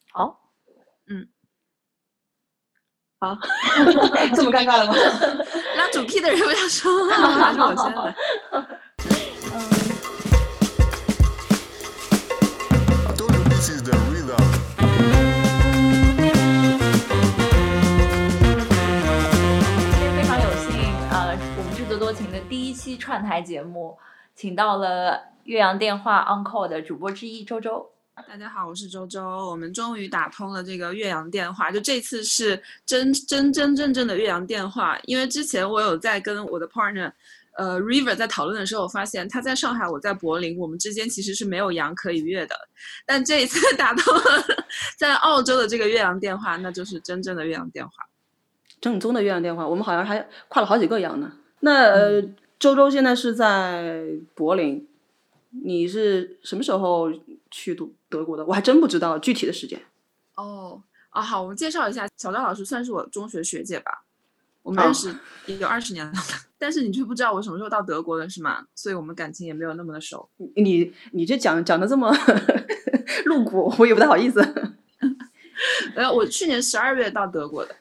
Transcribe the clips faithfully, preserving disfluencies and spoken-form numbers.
好， 嗯， 好，这么尴尬了吗？ 让主 P 的人不要说话，还是我先来。 今天非常有幸，呃，我们制作多情的第一期串台节目，请到了岳阳电话 Encore 的主播之一周周。 大家好，我是周周。我们终于打通了这个岳阳电话，就这次是真真真正正的岳阳电话。因为之前我有在跟我的 partner， 呃 River 在讨论的时候，我发现他在上海，我在柏林，我们之间其实是没有阳可以岳的。但这一次打通了在澳洲的这个岳阳电话，那就是真正的岳阳电话， 正宗的岳阳电话。我们好像还跨了好几个阳呢。那呃， 嗯、 周周现在是在柏林，你是什么时候去读德国的？我还真不知道具体的时间。 哦啊，好，我们介绍一下，小赵老师算是我中学学姐吧，我们认识也有二十年了，哦、但是你却不知道我什么时候到德国的是吗？所以我们感情也没有那么的熟。 你你这讲讲的这么露骨，我也不太好意思。 呃，我去年十二月到德国的。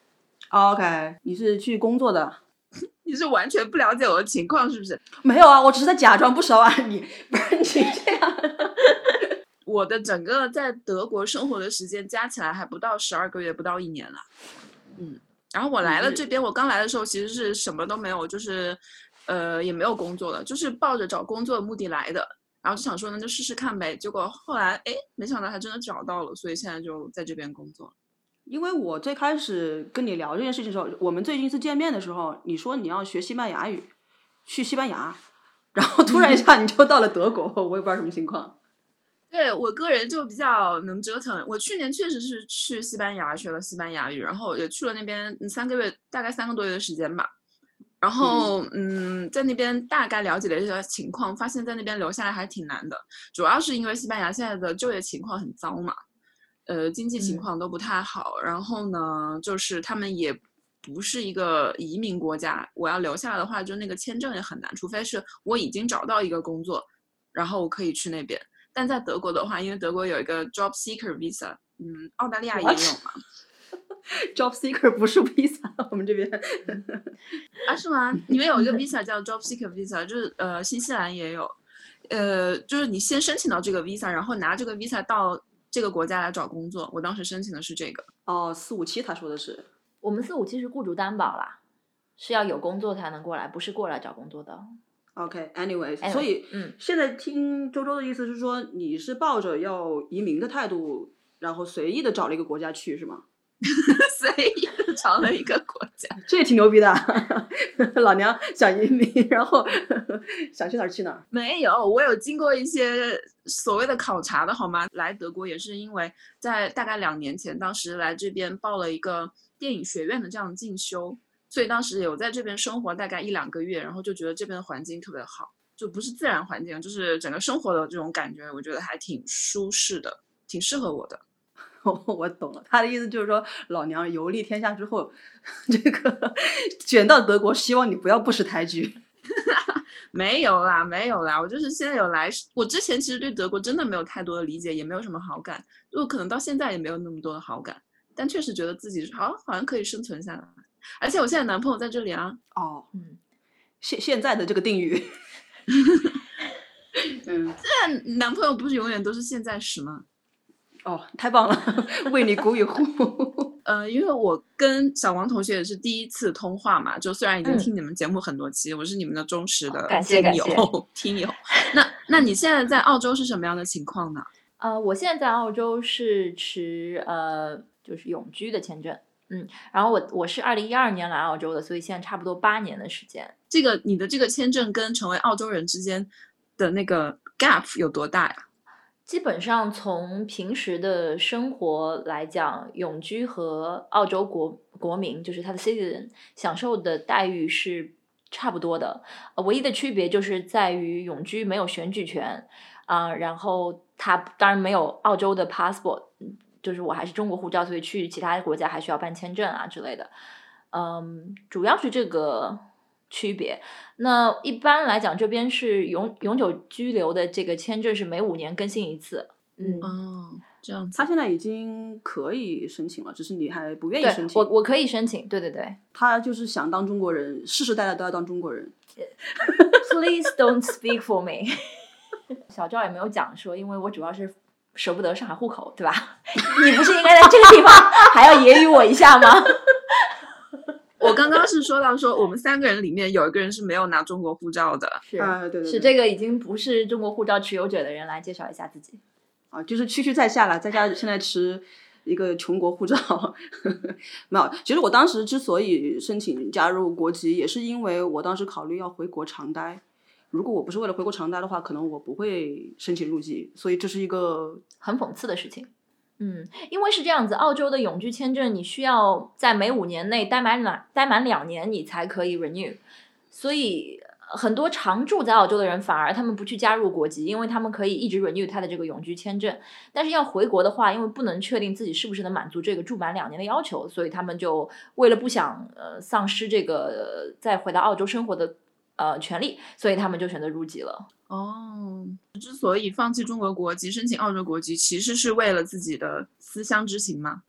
OK， 你是去工作的？ 你是完全不了解我的情况是不是？ 没有啊，我只是在假装不熟啊。你不是你这样。 我的整个在德国生活的时间加起来还不到十二个月，不到一年了。嗯，然后我来了这边，我刚来的时候其实是什么都没有，就是呃也没有工作的，就是抱着找工作的目的来的。然后就想说那就试试看呗，结果后来哎，没想到还真的找到了，所以现在就在这边工作。 因为我最开始跟你聊这件事情的时候，我们最近一次见面的时候，你说你要学西班牙语，去西班牙，然后突然一下你就到了德国，我也不知道什么情况。 对，我个人就比较能折腾，我去年确实是去西班牙学了西班牙语，然后也去了那边三个月，大概三个多月的时间吧。然后嗯, 嗯，在那边大概了解了一些情况，发现在那边留下来还挺难的，主要是因为西班牙现在的就业情况很糟嘛，呃，经济情况都不太好，嗯、然后呢，就是他们也不是一个移民国家，我要留下来的话，就那个签证也很难，除非是我已经找到一个工作，然后我可以去那边。但在德国的话，因为德国有一个 job seeker visa， 嗯，澳大利亚也有嘛。 job seeker 不是 visa， 我们这边啊，是吗？你们有一个 visa 叫 job seeker visa， 就是呃，新西兰也有，呃，就是你先申请到这个 visa， 然后拿这个 visa 到这个国家来找工作。我当时申请的是这个。 哦，四五七他说的是， 我们四五七是雇主担保啦，是要有工作才能过来，不是过来找工作的。 OK，anyways，、okay, anyway, 所以， 嗯， 现在听周周的意思是说，你是抱着要移民的态度，然后随意的找了一个国家去，是吗？ 随意的找了一个国家， 这也挺牛逼的。老娘想移民，然后想去哪儿去哪儿。 没有，我有经过一些所谓的考察的好吗？来德国也是因为在大概两年前，当时来这边报了一个电影学院的这样的进修。所以当时有在这边生活大概一两个月，然后就觉得这边的环境特别好，就不是自然环境，就是整个生活的这种感觉，我觉得还挺舒适的，挺适合我的。 我懂了，他的意思就是说，老娘游历天下之后，这个卷到德国，希望你不要不识抬举。 没有啦，没有啦，我就是现在有来，我之前其实对德国真的没有太多的理解，也没有什么好感，就可能到现在也没有那么多的好感，但确实觉得自己好好像可以生存下来。而且我现在男朋友在这里啊。 哦，嗯，现现在的这个定语。 嗯，现在男朋友不是永远都是现在时吗？ 哦，太棒了，为你鼓一呼。 呃，因为我跟小王同学也是第一次通话嘛，就虽然已经听你们节目很多期，嗯、我是你们的忠实的听友听友。那那你现在在澳洲是什么样的情况呢？ 呃，我现在在澳洲是持呃就是永居的签证。嗯，然后我我是二零一二年来澳洲的，所以现在差不多八年的时间。 这个你的这个签证跟成为澳洲人之间的那个 gap 有多大呀？ 基本上从平时的生活来讲，永居和澳洲国国民就是他的 citizen 享受的待遇是差不多的，呃，唯一的区别就是在于永居没有选举权啊、呃，然后他当然没有澳洲的 passport。就是我还是中国护照，所以去其他国家还需要办签证啊之类的，嗯，主要是这个区别。那一般来讲，这边是永永久居留的这个签证是每五年更新一次， 嗯， 哦，这样子。 他现在已经可以申请了，只是你还不愿意对申请。 我我可以申请，对对对。 他就是想当中国人，世世代代都要当中国人。 Please don't speak for me 。小赵也没有讲说，因为我主要是舍不得上海户口，对吧？你不是应该在这个地方还要揶揄我一下吗？ 我刚刚是说到说，我们三个人里面有一个人是没有拿中国护照的。 是啊，对对对， 是这个已经不是中国护照持有者的人来介绍一下自己。 啊，就是区区在下了，在家现在持一个穷国护照。没有，其实我当时之所以申请加入国籍，也是因为我当时考虑要回国长待。如果我不是为了回国长待的话，可能我不会申请入籍，所以这是一个很讽刺的事情。嗯，因为是这样子，澳洲的永居签证你需要在每五年内待满两待满两年，你才可以 renew。所以很多常住在澳洲的人反而他们不去加入国籍，因为他们可以一直 renew 他的这个永居签证。但是要回国的话，因为不能确定自己是不是能满足这个住满两年的要求，所以他们就为了不想呃丧失这个、呃、再回到澳洲生活的呃权利，所以他们就选择入籍了。 哦，之所以放弃中国国籍申请澳洲国籍，其实是为了自己的思乡之情嘛。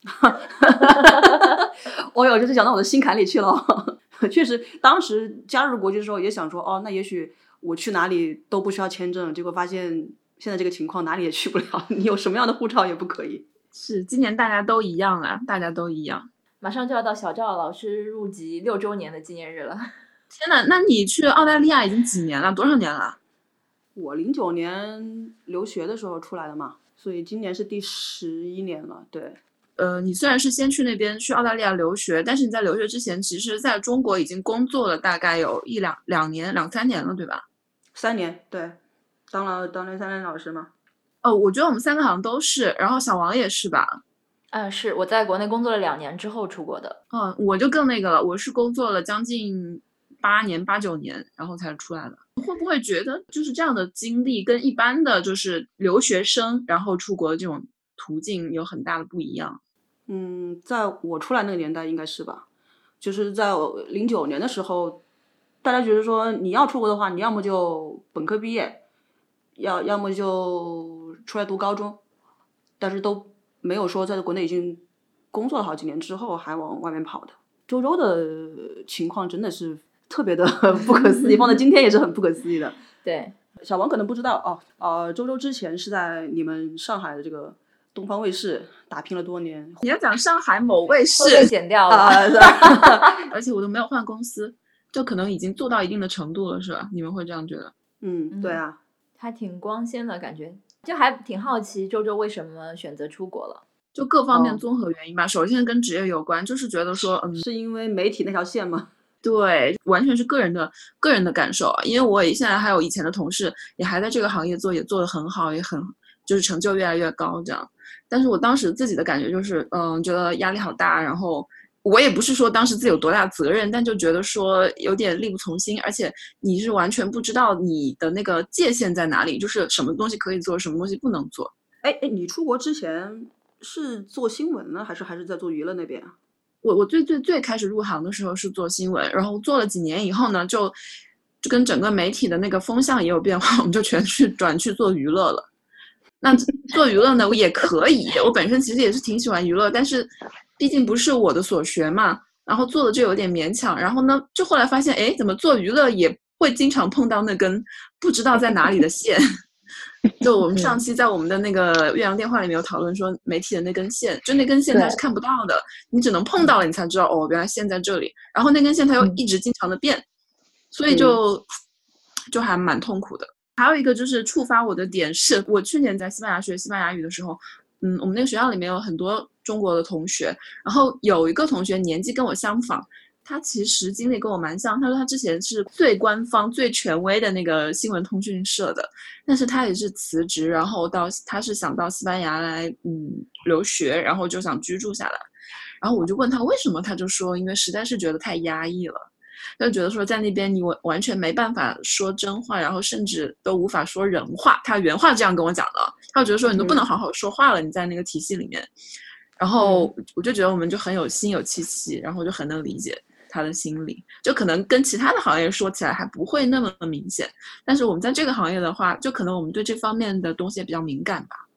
哦哟，这是讲到我的心坎里去了。确实，当时加入国籍的时候也想说，哦，那也许我去哪里都不需要签证，结果发现现在这个情况哪里也去不了，你有什么样的护照也不可以。 是，今年大家都一样啊，大家都一样。 马上就要到小赵老师入籍六周年的纪念日了。 天哪，那你去澳大利亚已经几年了？多少年了？ 我零九年留学的时候出来的嘛，所以今年是第十一年了。对， 呃，你虽然是先去那边去澳大利亚留学，但是你在留学之前，其实在中国已经工作了大概有一两两年、两三年了，对吧？ 三年，对，当了当了三年老师嘛。 哦，我觉得我们三个好像都是，然后小王也是吧？ 嗯，是我在国内工作了两年之后出国的。 嗯，我就更那个了，我是工作了将近八年、八九年，然后才出来的。会不会觉得就是这样的经历跟一般的就是留学生然后出国的这种途径有很大的不一样？ 嗯，在我出来那个年代应该是吧，就是在我零九年的时候，大家觉得说你要出国的话，你要么就本科毕业，要要么就出来读高中，但是都没有说在国内已经工作了好几年之后还往外面跑的。周周的情况真的是特别的不可思议，放在今天也是很不可思议的。 对， 小王可能不知道哦，呃，周周之前是在你们上海的这个东方卫视打拼了多年。 你要讲上海某卫视， 会被剪掉了。 呃、 而且我都没有换公司，就可能已经做到一定的程度了，是吧？你们会这样觉得？ 嗯，对啊， 还挺光鲜的感觉，就还挺好奇周周为什么选择出国了。 就各方面综合原因吧。哦、首先跟职业有关，就是觉得说，嗯， 是因为媒体那条线吗？ 对，完全是个人的个人的感受啊。因为我现在还有以前的同事也还在这个行业做，也做得很好，也很就是成就越来越高这样。但是我当时自己的感觉就是，嗯，觉得压力好大，然后我也不是说当时自己有多大责任，但就觉得说有点力不从心，而且你是完全不知道你的那个界限在哪里，就是什么东西可以做，什么东西不能做。 哎哎，你出国之前是做新闻呢，还是还是在做娱乐那边啊？ 我我最最最开始入行的时候是做新闻，然后做了几年以后呢，就就跟整个媒体的那个风向也有变化，我们就全去转去做娱乐了。那做娱乐呢，我也可以，我本身其实也是挺喜欢娱乐，但是毕竟不是我的所学嘛，然后做的就有点勉强。然后呢，就后来发现，哎，怎么做娱乐也会经常碰到那根不知道在哪里的线。就我们上期在我们的那个岳阳电话里面有讨论说，媒体的那根线，就那根线它是看不到的，你只能碰到了你才知道，哦，原来线在这里。然后那根线它又一直经常的变，所以就、嗯、就还蛮痛苦的。还有一个就是触发我的点是，我去年在西班牙学西班牙语的时候，嗯，我们那个学校里面有很多中国的同学，然后有一个同学年纪跟我相仿。他其实经历跟我蛮像，他说他之前是最官方最权威的那个新闻通讯社的，但是他也是辞职，然后到他是想到西班牙来嗯留学，然后就想居住下来。然后我就问他为什么，他就说因为实在是觉得太压抑了，他就觉得说在那边你完全没办法说真话，然后甚至都无法说人话，他原话这样跟我讲的，他就觉得说你都不能好好说话了，你在那个体系里面。然后我就觉得我们就很有心有戚戚，然后就很能理解他的心理，就可能跟其他的行业说起来还不会那么明显，但是我们在这个行业的话，就可能我们对这方面的东西也比较敏感吧。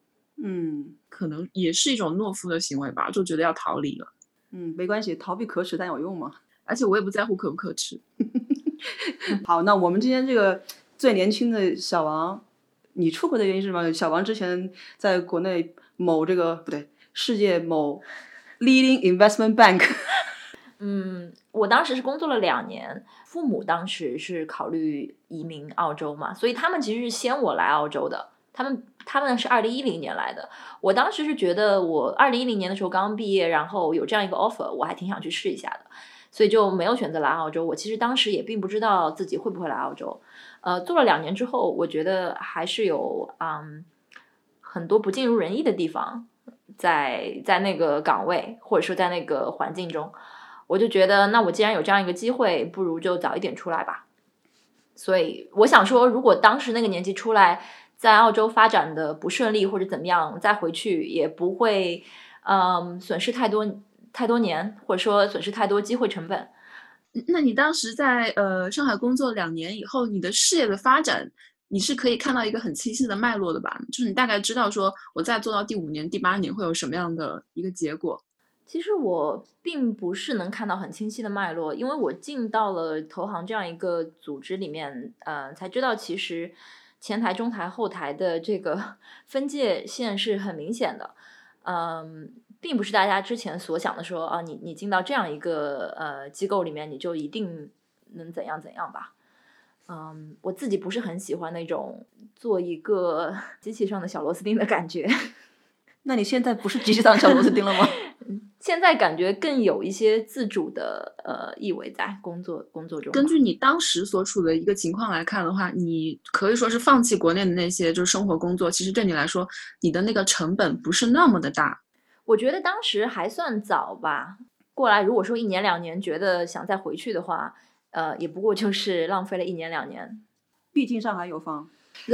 嗯可能也是一种懦夫的行为吧，就觉得要逃离了。 嗯，没关系，逃避可耻但有用嘛。 而且我也不在乎可不可耻。 好，那我们今天这个最年轻的小王，你出国的原因是什么？小王之前在国内某这个不对，世界某 leading investment bank。 嗯，我当时是工作了两年，父母当时是考虑移民澳洲嘛，所以他们其实是先我来澳洲的。他们他们是二零一零年来的，我当时是觉得我二零一零年的时候刚刚毕业，然后有这样一个 offer， 我还挺想去试一下的，所以就没有选择来澳洲。我其实当时也并不知道自己会不会来澳洲，呃，做了两年之后，我觉得还是有嗯很多不尽如人意的地方，在在那个岗位或者说在那个环境中，我就觉得那我既然有这样一个机会，不如就早一点出来吧。所以我想说，如果当时那个年纪出来，在澳洲发展的不顺利或者怎么样，再回去也不会嗯损失太多太多年，或者说损失太多机会成本。 那你当时在呃上海工作两年以后，你的事业的发展，你是可以看到一个很清晰的脉络的吧？就是你大概知道说，我再做到第五年、第八年会有什么样的一个结果。 其实我并不是能看到很清晰的脉络，因为我进到了投行这样一个组织里面，呃，才知道其实前台、中台、后台的这个分界线是很明显的，嗯，并不是大家之前所想的说啊，你你进到这样一个呃机构里面，你就一定能怎样怎样吧。嗯，我自己不是很喜欢那种做一个机器上的小螺丝钉的感觉。 那你现在不是机器上的小螺丝钉了吗？ 现在感觉更有一些自主的呃意味在工作工作中。 根据你当时所处的一个情况来看的话，你可以说是放弃国内的那些就是生活工作，其实对你来说，你的那个成本不是那么的大。 我觉得当时还算早吧，过来如果说一年两年觉得想再回去的话，呃，也不过就是浪费了一年两年。 毕竟上海有房。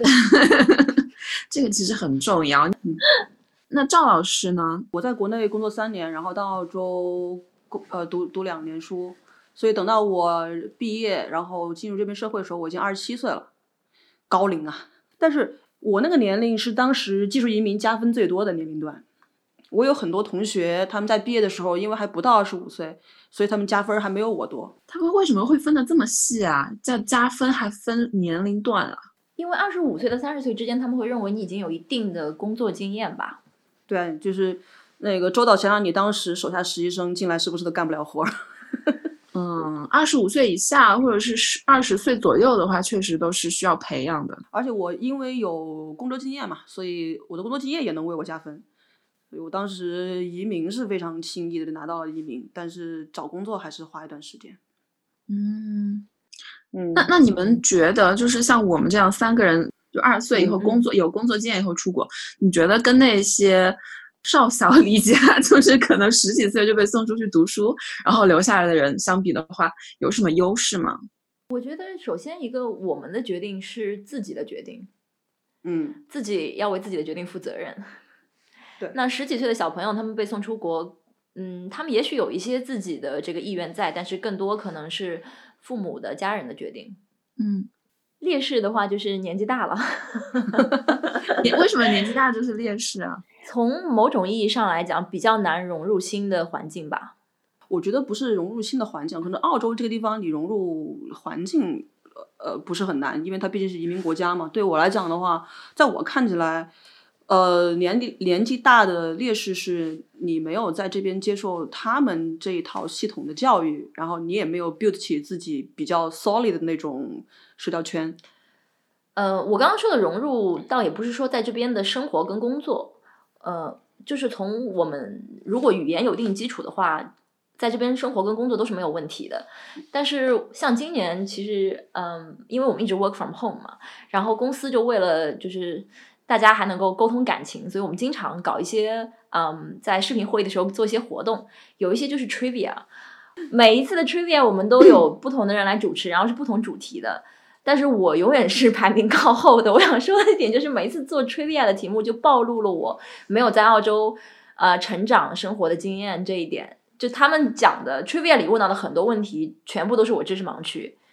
这个其实很重要。那赵老师呢？ 我在国内工作三年，然后到澳洲呃读读两年书，所以等到我毕业，然后进入这边社会的时候，我已经二十七岁了，高龄啊！但是我那个年龄是当时技术移民加分最多的年龄段。我有很多同学，他们在毕业的时候，因为还不到二十五岁，所以他们加分还没有我多。 他们为什么会分得这么细啊？叫加分还分年龄段啊？ 因为二十五岁到三十岁之间，他们会认为你已经有一定的工作经验吧。 对，就是那个周导想想你当时手下实习生进来是不是都干不了活？ 嗯，二十五岁以下或者是二十岁左右的话，确实都是需要培养的。 而且我因为有工作经验嘛，所以我的工作经验也能为我加分。所以我当时移民是非常轻易的拿到了移民，但是找工作还是花一段时间。 嗯嗯， 那那你们觉得，就是像我们这样三个人，就二十岁以后工作、嗯、有工作经验以后出国，你觉得跟那些少小离家，就是可能十几岁就被送出去读书，然后留下来的人相比的话，有什么优势吗？ 我觉得首先一个，我们的决定是自己的决定， 嗯， 自己要为自己的决定负责任。 对， 那十几岁的小朋友，他们被送出国，嗯，他们也许有一些自己的这个意愿在，但是更多可能是父母的家人的决定。 嗯， 劣势的话就是年纪大了。 为什么年纪大就是劣势啊？ 从某种意义上来讲，比较难融入新的环境吧。 我觉得不是融入新的环境，可能澳洲这个地方你融入环境呃不是很难，因为它毕竟是移民国家嘛。对我来讲的话，在我看起来呃年纪年纪大的劣势是你没有在这边接受他们这一套系统的教育，然后你也没有 build 起自己比较 solid 的那种社交圈。 呃，我刚刚说的融入倒也不是说在这边的生活跟工作，呃，就是从我们如果语言有一定基础的话，在这边生活跟工作都是没有问题的。但是像今年其实嗯，因为我们一直 work from home 嘛，然后公司就为了就是大家还能够沟通感情，所以我们经常搞一些嗯，在视频会议的时候做一些活动，有一些就是 trivia， 每一次的 trivia 我们都有不同的人来主持，然后是不同主题的。但是我永远是排名靠后的。我想说的一点就是，每一次做 trivia 的题目就暴露了我没有在澳洲呃成长生活的经验这一点。就他们讲的 trivia 里问到的很多问题，全部都是我知识盲区。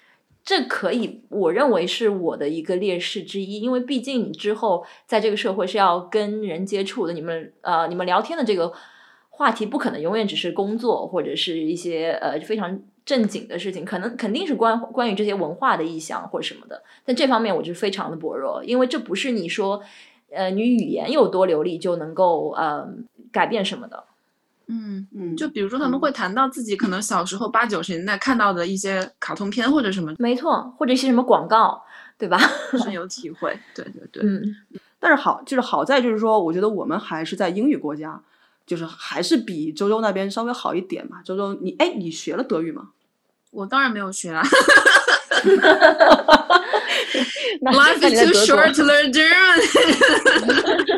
这可以我认为是我的一个劣势之一，因为毕竟你之后在这个社会是要跟人接触的，你们呃你们聊天的这个话题不可能永远只是工作或者是一些呃非常正经的事情，可能肯定是关关于这些文化的意向或什么的，但这方面我就是非常的薄弱，因为这不是你说呃你语言有多流利就能够呃改变什么的。 嗯嗯， 就比如说他们会谈到自己可能小时候八九十年代看到的一些卡通片或者什么， 没错，或者一些什么广告，对吧？ 深有体会。对对对， 嗯， 但是好就是好在就是说，我觉得我们还是在英语国家，就是还是比周周那边稍微好一点嘛。周周，你哎，你学了德语吗？ 我当然没有学啊。 那 Life 那你 is 在 too 德国 short to learn German 。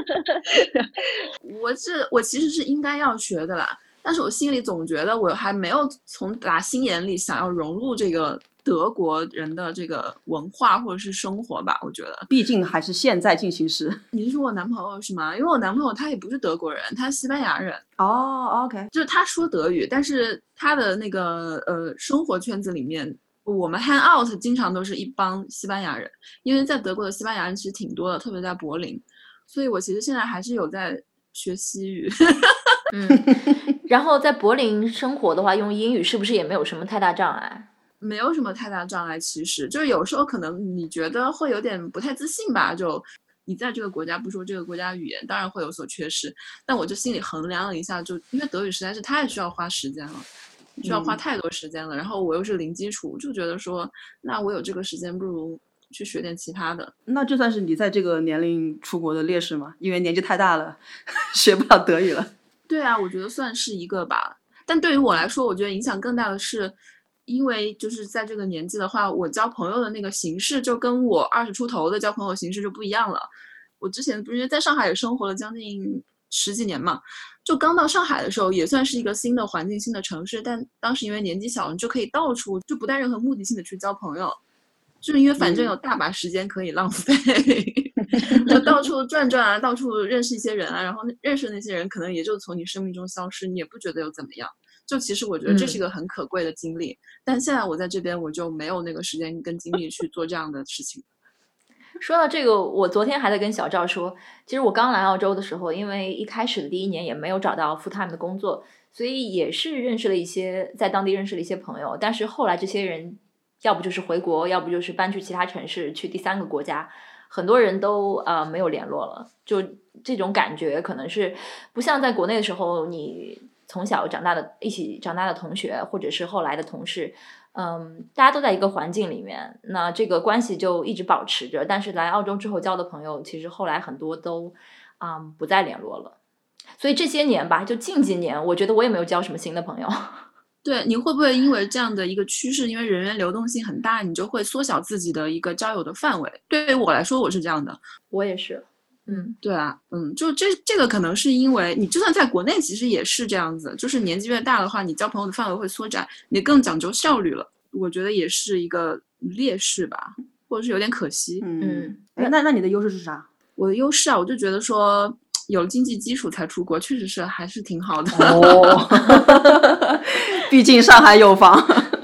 我是我其实是应该要学的啦，但是我心里总觉得我还没有从打心眼里想要融入这个德国人的这个文化或者是生活吧。我觉得毕竟还是现在进行时。 你是说我男朋友是吗？因为我男朋友他也不是德国人，他是西班牙人。 哦 ，OK， 就是他说德语，但是他的那个呃生活圈子里面，我们 hang out 经常都是一帮西班牙人，因为在德国的西班牙人其实挺多的，特别在柏林，所以我其实现在还是有在学西语。 嗯，然后在柏林生活的话，用英语是不是也没有什么太大障碍？ 没有什么太大障碍，其实就是有时候可能你觉得会有点不太自信吧，就你在这个国家不说这个国家语言，当然会有所缺失，但我就心里衡量了一下，就因为德语实在是太需要花时间了，需要花太多时间了，嗯、然后我又是零基础，就觉得说那我有这个时间不如去学点其他的。 那这算是你在这个年龄出国的劣势吗？因为年纪太大了，学不了德语了。 对啊，我觉得算是一个吧，但对于我来说，我觉得影响更大的是，因为就是在这个年纪的话，我交朋友的那个形式就跟我二十出头的交朋友形式就不一样了。我之前不是因为在上海也生活了将近十几年嘛，就刚到上海的时候也算是一个新的环境、新的城市，但当时因为年纪小，你就可以到处就不带任何目的性的去交朋友，就是因为反正有大把时间可以浪费。嗯、就到处转转啊，到处认识一些人啊，然后认识的那些人可能也就从你生命中消失，你也不觉得又怎么样。就其实我觉得这是一个很可贵的经历、嗯、但现在我在这边我就没有那个时间跟精力去做这样的事情。 说到这个，我昨天还在跟小赵说，其实我刚来澳洲的时候，因为一开始的第一年也没有找到 full time 的工作，所以也是认识了一些在当地认识了一些朋友，但是后来这些人要不就是回国，要不就是搬去其他城市，去第三个国家，很多人都呃没有联络了。就这种感觉可能是不像在国内的时候，你从小长大的一起长大的同学或者是后来的同事，嗯，大家都在一个环境里面，那这个关系就一直保持着。但是来澳洲之后交的朋友，其实后来很多都嗯不再联络了。所以这些年吧，就近几年，我觉得我也没有交什么新的朋友。 对，你会不会因为这样的一个趋势，因为人员流动性很大，你就会缩小自己的一个交友的范围？对于我来说，我是这样的。 我也是。嗯， 对啊，嗯，就这这个可能是因为你就算在国内，其实也是这样子，就是年纪越大的话，你交朋友的范围会缩窄，你更讲究效率了。我觉得也是一个劣势吧，或者是有点可惜。 嗯，哎，那那你的优势是啥？ 我的优势啊，我就觉得说有了经济基础才出国，确实是还是挺好的。 哦，毕竟上海有房。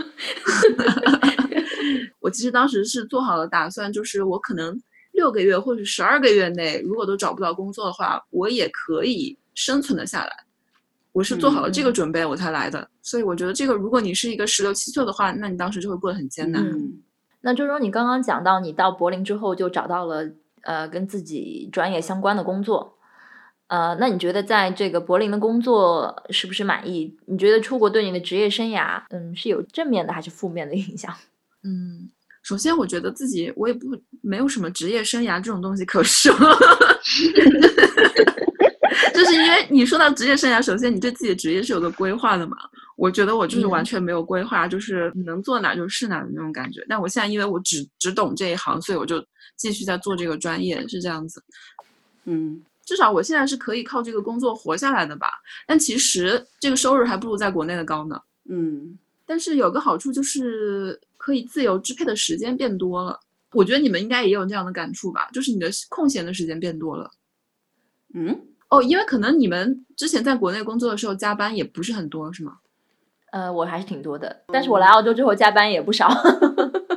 我其实当时是做好了打算，就是我可能六个月或者十二个月内，如果都找不到工作的话，我也可以生存得下来。我是做好了这个准备我才来的、嗯、所以我觉得这个如果你是一个十六七岁的话，那你当时就会过得很艰难。 嗯，那周周你刚刚讲到你到柏林之后就找到了呃跟自己专业相关的工作，呃，那你觉得在这个柏林的工作是不是满意？你觉得出国对你的职业生涯嗯是有正面的还是负面的影响？ 嗯，首先我觉得自己我也不没有什么职业生涯这种东西可说。就是因为你说到职业生涯，首先你对自己的职业是有个规划的嘛。我觉得我就是完全没有规划、嗯、就是能做哪就是哪的那种感觉。但我现在因为我只只懂这一行，所以我就继续在做这个专业，是这样子。 嗯， 至少我现在是可以靠这个工作活下来的吧。但其实这个收入还不如在国内的高呢。 嗯， 但是有个好处就是可以自由支配的时间变多了。我觉得你们应该也有这样的感触吧，就是你的空闲的时间变多了。 嗯。 哦，因为可能你们之前在国内工作的时候加班也不是很多，是吗？ 呃，我还是挺多的，但是我来澳洲之后加班也不少。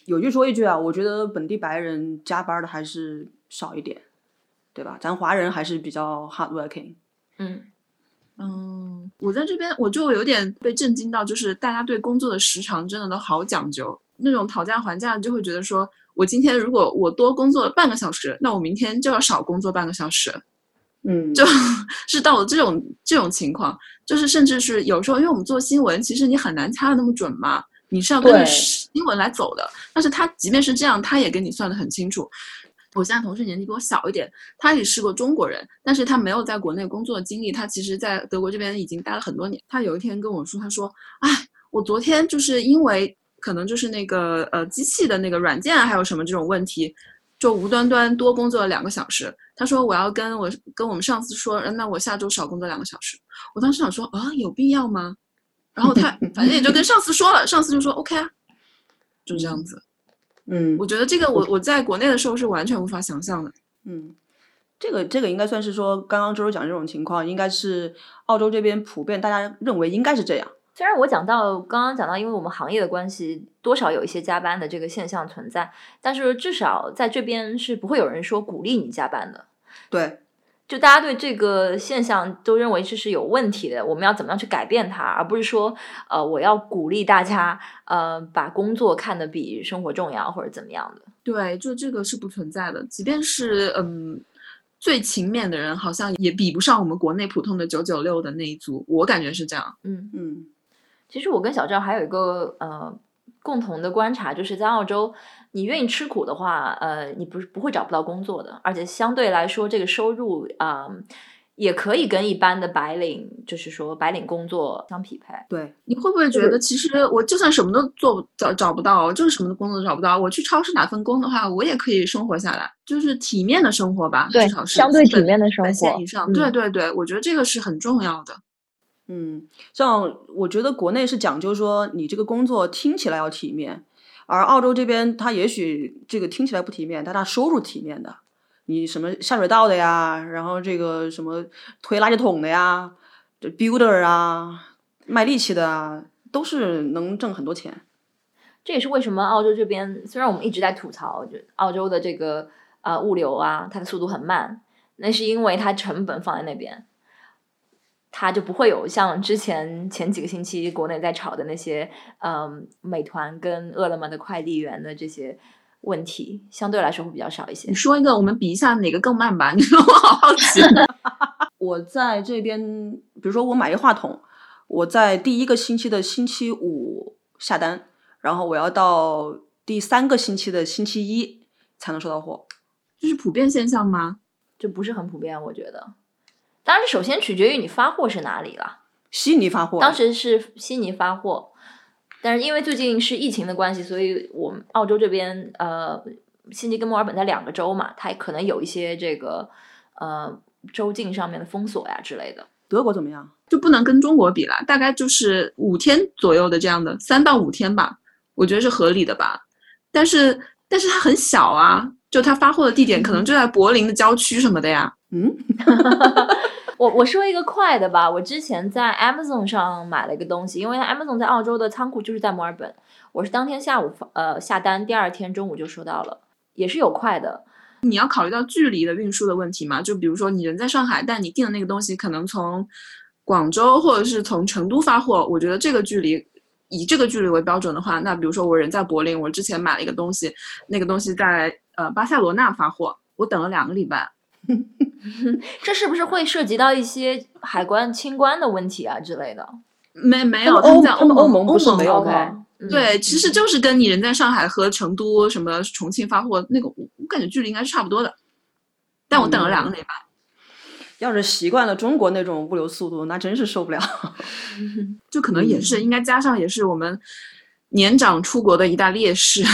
有句说一句啊，我觉得本地白人加班的还是少一点，对吧？咱华人还是比较 hardworking。 嗯嗯，我在这边我就有点被震惊到，就是大家对工作的时长真的都好讲究，那种讨价还价就会觉得说，我今天如果我多工作了半个小时，那我明天就要少工作半个小时。 嗯， 就是到了这种这种情况，就是甚至是有时候，因为我们做新闻，其实你很难掐的那么准嘛，你是要跟着新闻来走的。但是他即便是这样，他也跟你算得很清楚。我现在同事年纪比我小一点，他也是个中国人，但是他没有在国内工作的经历，他其实在德国这边已经待了很多年。他有一天跟我说，他说：“哎，我昨天就是因为可能就是那个呃机器的那个软件还有什么这种问题。”就无端端多工作了两个小时，他说我要跟我跟我们上司说，那我下周少工作两个小时。我当时想说啊，有必要吗？然后他反正也就跟上司说了，上司就说 OK 啊，就这样子。 嗯， 我觉得这个我我在国内的时候是完全无法想象的。 嗯，这个这个应该算是说，刚刚周周讲这种情况，应该是澳洲这边普遍大家认为应该是这样。 虽然我讲到刚刚讲到，因为我们行业的关系，多少有一些加班的这个现象存在，但是至少在这边是不会有人说鼓励你加班的。 对， 就大家对这个现象都认为这是有问题的，我们要怎么样去改变它，而不是说呃我要鼓励大家呃把工作看得比生活重要或者怎么样的。 对，就这个是不存在的，即便是嗯最勤勉的人，好像也比不上我们国内普通的九九六的那一组，我感觉是这样。 嗯嗯。 其实我跟小赵还有一个呃共同的观察，就是在澳洲，你愿意吃苦的话，呃，你不是不会找不到工作的，而且相对来说，这个收入啊、呃、也可以跟一般的白领，就是说白领工作相匹配。 对， 你会不会觉得，其实我就算什么都做找找不到，就是什么工作都找不到，我去超市打份工的话，我也可以生活下来，就是体面的生活吧， 对， 至少是相对体面的生活线以上。 嗯、 对对对，我觉得这个是很重要的。 嗯，像我觉得国内是讲究说你这个工作听起来要体面，而澳洲这边它也许这个听起来不体面，但它收入体面的，你什么下水道的呀，然后这个什么推垃圾桶的呀，这 builder 啊，卖力气的啊，都是能挣很多钱。 这也是为什么澳洲这边虽然我们一直在吐槽，就澳洲的这个呃物流啊，它的速度很慢，那是因为它成本放在那边。它就不会有像之前前几个星期国内在炒的那些，嗯，美团跟饿了么的快递员的这些问题，相对来说会比较少一些。 你说一个，我们比一下哪个更慢吧？你说我好好奇。 我在这边，比如说我买一话筒，我在第一个星期的星期五下单，然后我要到第三个星期的星期一才能收到货。 这是普遍现象吗？ 这不是很普遍，我觉得。当然首先取决于你发货是哪里了。 悉尼发货， 当时是悉尼发货，但是因为最近是疫情的关系，所以我们澳洲这边呃，悉尼跟墨尔本在两个州嘛，它可能有一些这个呃州境上面的封锁呀之类的。 德国怎么样？ 就不能跟中国比啦，大概就是五天左右的这样的，三到五天吧，我觉得是合理的吧。但是但是它很小啊，就它发货的地点可能就在柏林的郊区什么的呀。 嗯。 我我说一个快的吧，我之前在 Amazon 上买了一个东西，因为 Amazon 在澳洲的仓库就是在墨尔本，我是当天下午呃下单，第二天中午就收到了，也是有快的。 你要考虑到距离的运输的问题嘛，就比如说你人在上海，但你订的那个东西可能从广州或者是从成都发货，我觉得这个距离以这个距离为标准的话，那比如说我人在柏林，我之前买了一个东西，那个东西在呃巴塞罗那发货，我等了两个礼拜。 这是不是会涉及到一些海关清关的问题啊之类的？ 没没有， 他们在欧他们欧盟不是没有吗？ 对，其实就是跟你人在上海和成都什么重庆发货那个，我感觉距离应该是差不多的。但我等了两个礼拜。 嗯、要是习惯了中国那种物流速度，那真是受不了。 就可能也是、嗯、应该加上也是我们年长出国的一大劣势。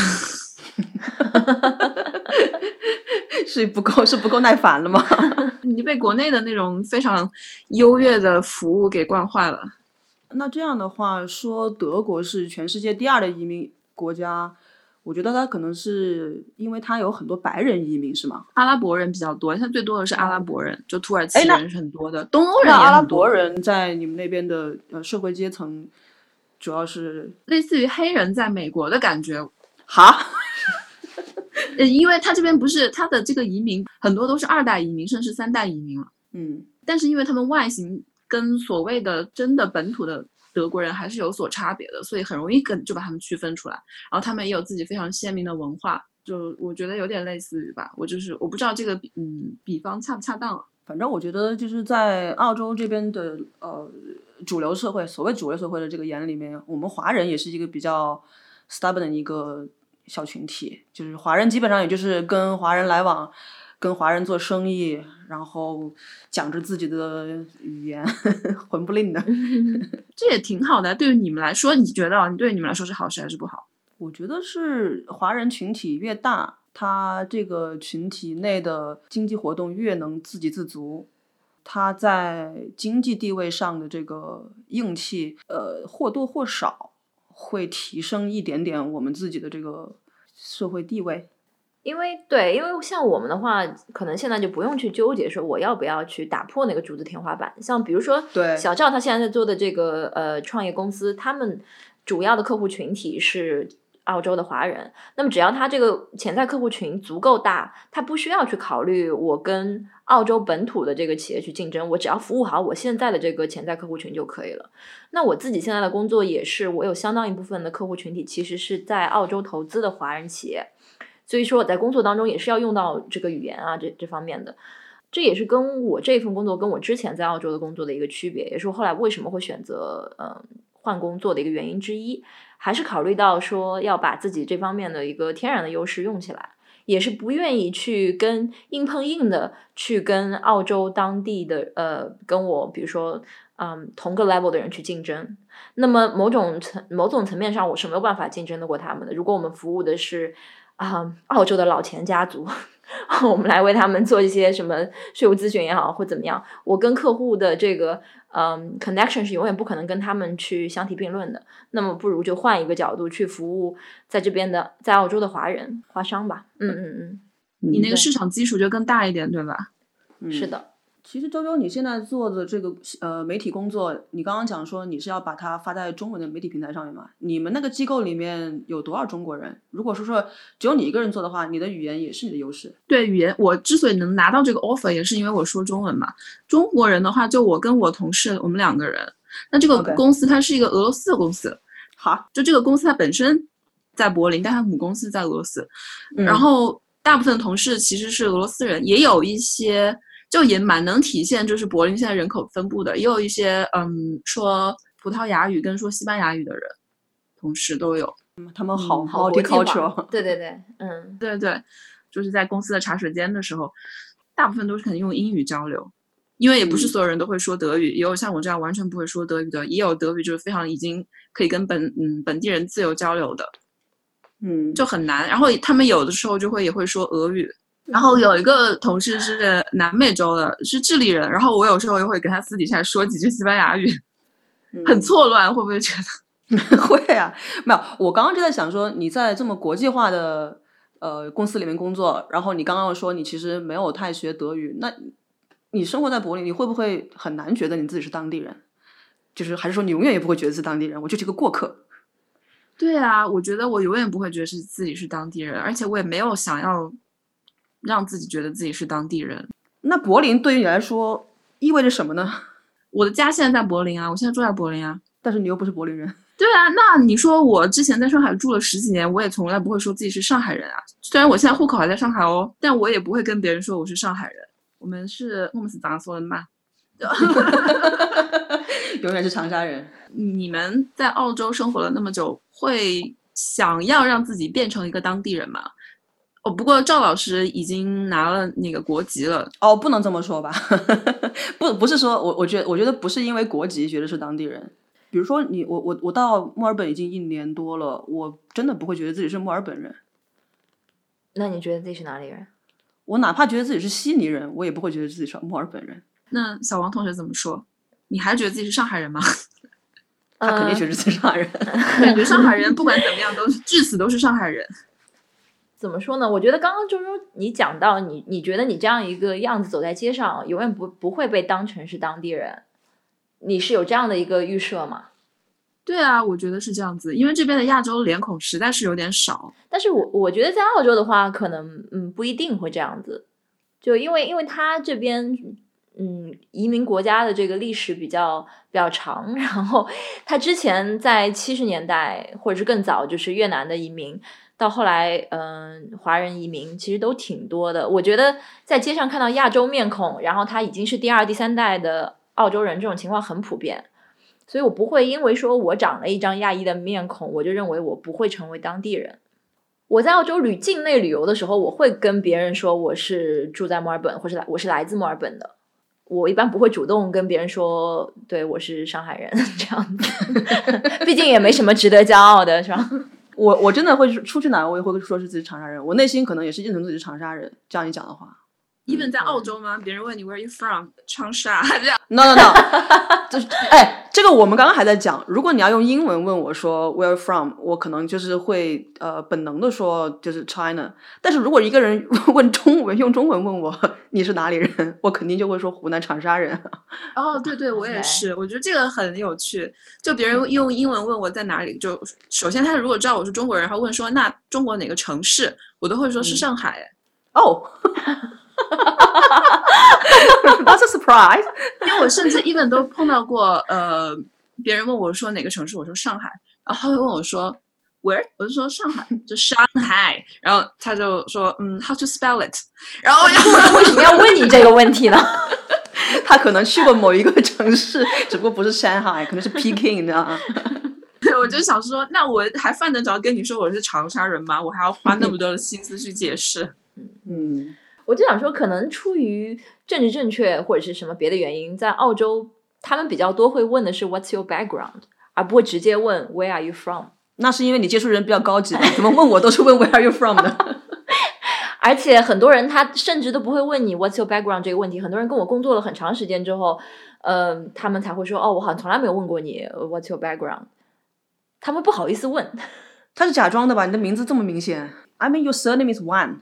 是不够是不够耐烦了吗？ 你被国内的那种非常优越的服务给惯坏了。 那这样的话，说德国是全世界第二的移民国家，我觉得它可能是因为它有很多白人移民，是吗？ 阿拉伯人比较多，现在最多的是阿拉伯人，就土耳其人是很多的，东欧人也很多。 那阿拉伯人在你们那边的呃社会阶层，主要是类似于黑人在美国的感觉。 哈， 呃，因为他这边不是他的这个移民很多都是二代移民，甚至三代移民了。 嗯， 但是因为他们外形跟所谓的真的本土的德国人还是有所差别的，所以很容易跟就把他们区分出来。然后他们也有自己非常鲜明的文化，就我觉得有点类似于吧。我就是我不知道这个嗯比方恰不恰当了。 反正我觉得就是在澳洲这边的呃主流社会，所谓主流社会的这个眼里面，我们华人也是一个比较 stubborn 的一个小群体，就是华人基本上也就是跟华人来往，跟华人做生意，然后讲着自己的语言，混不吝的。 这也挺好的。对于你们来说，你觉得对于你们来说是好事还是不好？ 我觉得是华人群体越大，他这个群体内的经济活动越能自给自足，他在经济地位上的这个硬气，呃，或多或少会提升一点点我们自己的这个社会地位。 因为对，因为像我们的话，可能现在就不用去纠结说我要不要去打破那个竹子天花板。像比如说， 对小赵他现在在做的这个呃创业公司，他们主要的客户群体是澳洲的华人。那么只要他这个潜在客户群足够大，他不需要去考虑我跟澳洲本土的这个企业去竞争，我只要服务好我现在的这个潜在客户群就可以了。那我自己现在的工作也是，我有相当一部分的客户群体其实是在澳洲投资的华人企业。所以说我在工作当中也是要用到这个语言啊，这这方面的，这也是跟我这份工作跟我之前在澳洲的工作的一个区别，也是我后来为什么会选择呃换工作的一个原因之一，还是考虑到说要把自己这方面的一个天然的优势用起来，也是不愿意去跟硬碰硬的去跟澳洲当地的呃跟我比如说嗯同个 level 的人去竞争。那么某种层某种层面上我是没有办法竞争得过他们的。如果我们服务的是啊、嗯，澳洲的老钱家族，我们来为他们做一些什么税务咨询也好，或怎么样，我跟客户的这个嗯 connection 是永远不可能跟他们去相提并论的。那么不如就换一个角度去服务在这边的在澳洲的华人华商吧。嗯嗯嗯， 你那个市场基础就更大一点，对吧？ 嗯， 是的。 其实周周，你现在做的这个呃媒体工作，你刚刚讲说你是要把它发在中文的媒体平台上面嘛？你们那个机构里面有多少中国人？如果说说只有你一个人做的话，你的语言也是你的优势。 对，语言我之所以能拿到这个 offer， 也是因为我说中文嘛。中国人的话，就我跟我同事，我们两个人。那这个公司它是一个俄罗斯的公司， 好、okay. 就这个公司它本身在柏林，但它母公司在俄罗斯。 嗯、 然后大部分同事其实是俄罗斯人，也有一些。就也蛮能体现就是柏林现在人口分布的，也有一些嗯说葡萄牙语跟说西班牙语的人，同事都有。 嗯、他们好 multicultural， 对对对，嗯， 对对，就是在公司的茶水间的时候，大部分都是可能用英语交流，因为也不是所有人都会说德语，嗯、也有像我这样完全不会说德语的，也有德语就是非常已经可以跟本嗯本地人自由交流的， 嗯， 就很难。然后他们有的时候就会也会说俄语。然后有一个同事是南美洲的，是智利人，然后我有时候也会跟他私底下说几句西班牙语， 嗯、 很错乱，会不会觉得？会啊，没有，我刚刚就在想说，你在这么国际化的呃公司里面工作，然后你刚刚说你其实没有太学德语，那你生活在柏林，你会不会很难觉得你自己是当地人？就是还是说你永远也不会觉得是当地人，我就是个过客？ 对啊，我觉得我永远不会觉得是自己是当地人，而且我也没有想要让自己觉得自己是当地人。 那柏林对于你来说意味着什么呢？ 我的家现在在柏林啊，我现在住在柏林啊。 但是你又不是柏林人。 对啊，那你说我之前在上海住了十几年，我也从来不会说自己是上海人啊。虽然我现在户口还在上海哦，但我也不会跟别人说我是上海人。我们是我们是长沙人嘛， 永远是长沙人。 你们在澳洲生活了那么久，会想要让自己变成一个当地人吗？哦，不过赵老师已经拿了那个国籍了。 哦，不能这么说吧？不，不是说我，我觉得，我觉得不是因为国籍觉得是当地人。比如说你，我，我，我到墨尔本已经一年多了，我真的不会觉得自己是墨尔本人。 那你觉得自己是哪里人？ 我哪怕觉得自己是悉尼人，我也不会觉得自己是墨尔本人。 那小王同学怎么说？你还觉得自己是上海人吗？ 他肯定觉得自己是上海人。 感觉上海人不管怎么样都是至死都是上海人。 怎么说呢？我觉得刚刚周周你讲到你，你觉得你这样一个样子走在街上，永远不不会被当成是当地人，你是有这样的一个预设吗？ 对啊，我觉得是这样子，因为这边的亚洲脸孔实在是有点少。 但是我我觉得在澳洲的话，可能嗯不一定会这样子，就因为因为他这边嗯移民国家的这个历史比较比较长，然后他之前在七十年代或者是更早，就是越南的移民，到后来嗯华人移民其实都挺多的。我觉得在街上看到亚洲面孔，然后他已经是第二第三代的澳洲人，这种情况很普遍。所以我不会因为说我长了一张亚裔的面孔，我就认为我不会成为当地人。我在澳洲旅境内旅游的时候，我会跟别人说我是住在墨尔本，或是我是来自墨尔本的。我一般不会主动跟别人说对我是上海人这样子，毕竟也没什么值得骄傲的，是吧？ 我我真的会出去哪我也会说是自己长沙人，我内心可能也是认同自己是长沙人。这样一讲的话 ，even 在澳洲吗？别人问你 Where are you from？ 长沙这样。 No no no， 就是哎，这个我们刚刚还在讲，如果你要用英文问我说 Where are you from， 我可能就是会呃本能的说就是 China。但是如果一个人问中文，用中文问我你是哪里人，我肯定就会说湖南长沙人。 哦，对对，我也是，我觉得这个很有趣。就别人用英文问我在哪里，就首先他如果知道我是中国人，然后问说那中国哪个城市，我都会说是上海。 哦。Oh. That's a surprise。 因为我甚至 even 都碰到过呃，别人问我说哪个城市，我说上海，然后他会问我说 where， 我就说上海，就上海，然后他就说嗯 how to spell it， 然后我就为什么要问你这个问题呢？ 他可能去过某一个城市，只不过不是上海，可能是 Peking， 你知道吗？ 对，我就想说，那我还犯得着跟你说我是长沙人吗？我还要花那么多的心思去解释。 嗯， 我就想说，可能出于政治正确或者是什么别的原因，在澳洲他们比较多会问的是 What's your background， 而不会直接问 Where are you from。 那是因为你接触人比较高级的，怎么问我都是问 Where are you from 的。 而且很多人他甚至都不会问你 What's your background 这个问题。很多人跟我工作了很长时间之后，呃，他们才会说哦，我好像从来没有问过你 What's your background。 他们不好意思问。 他是假装的吧？你的名字这么明显。 I mean your surname is Wan。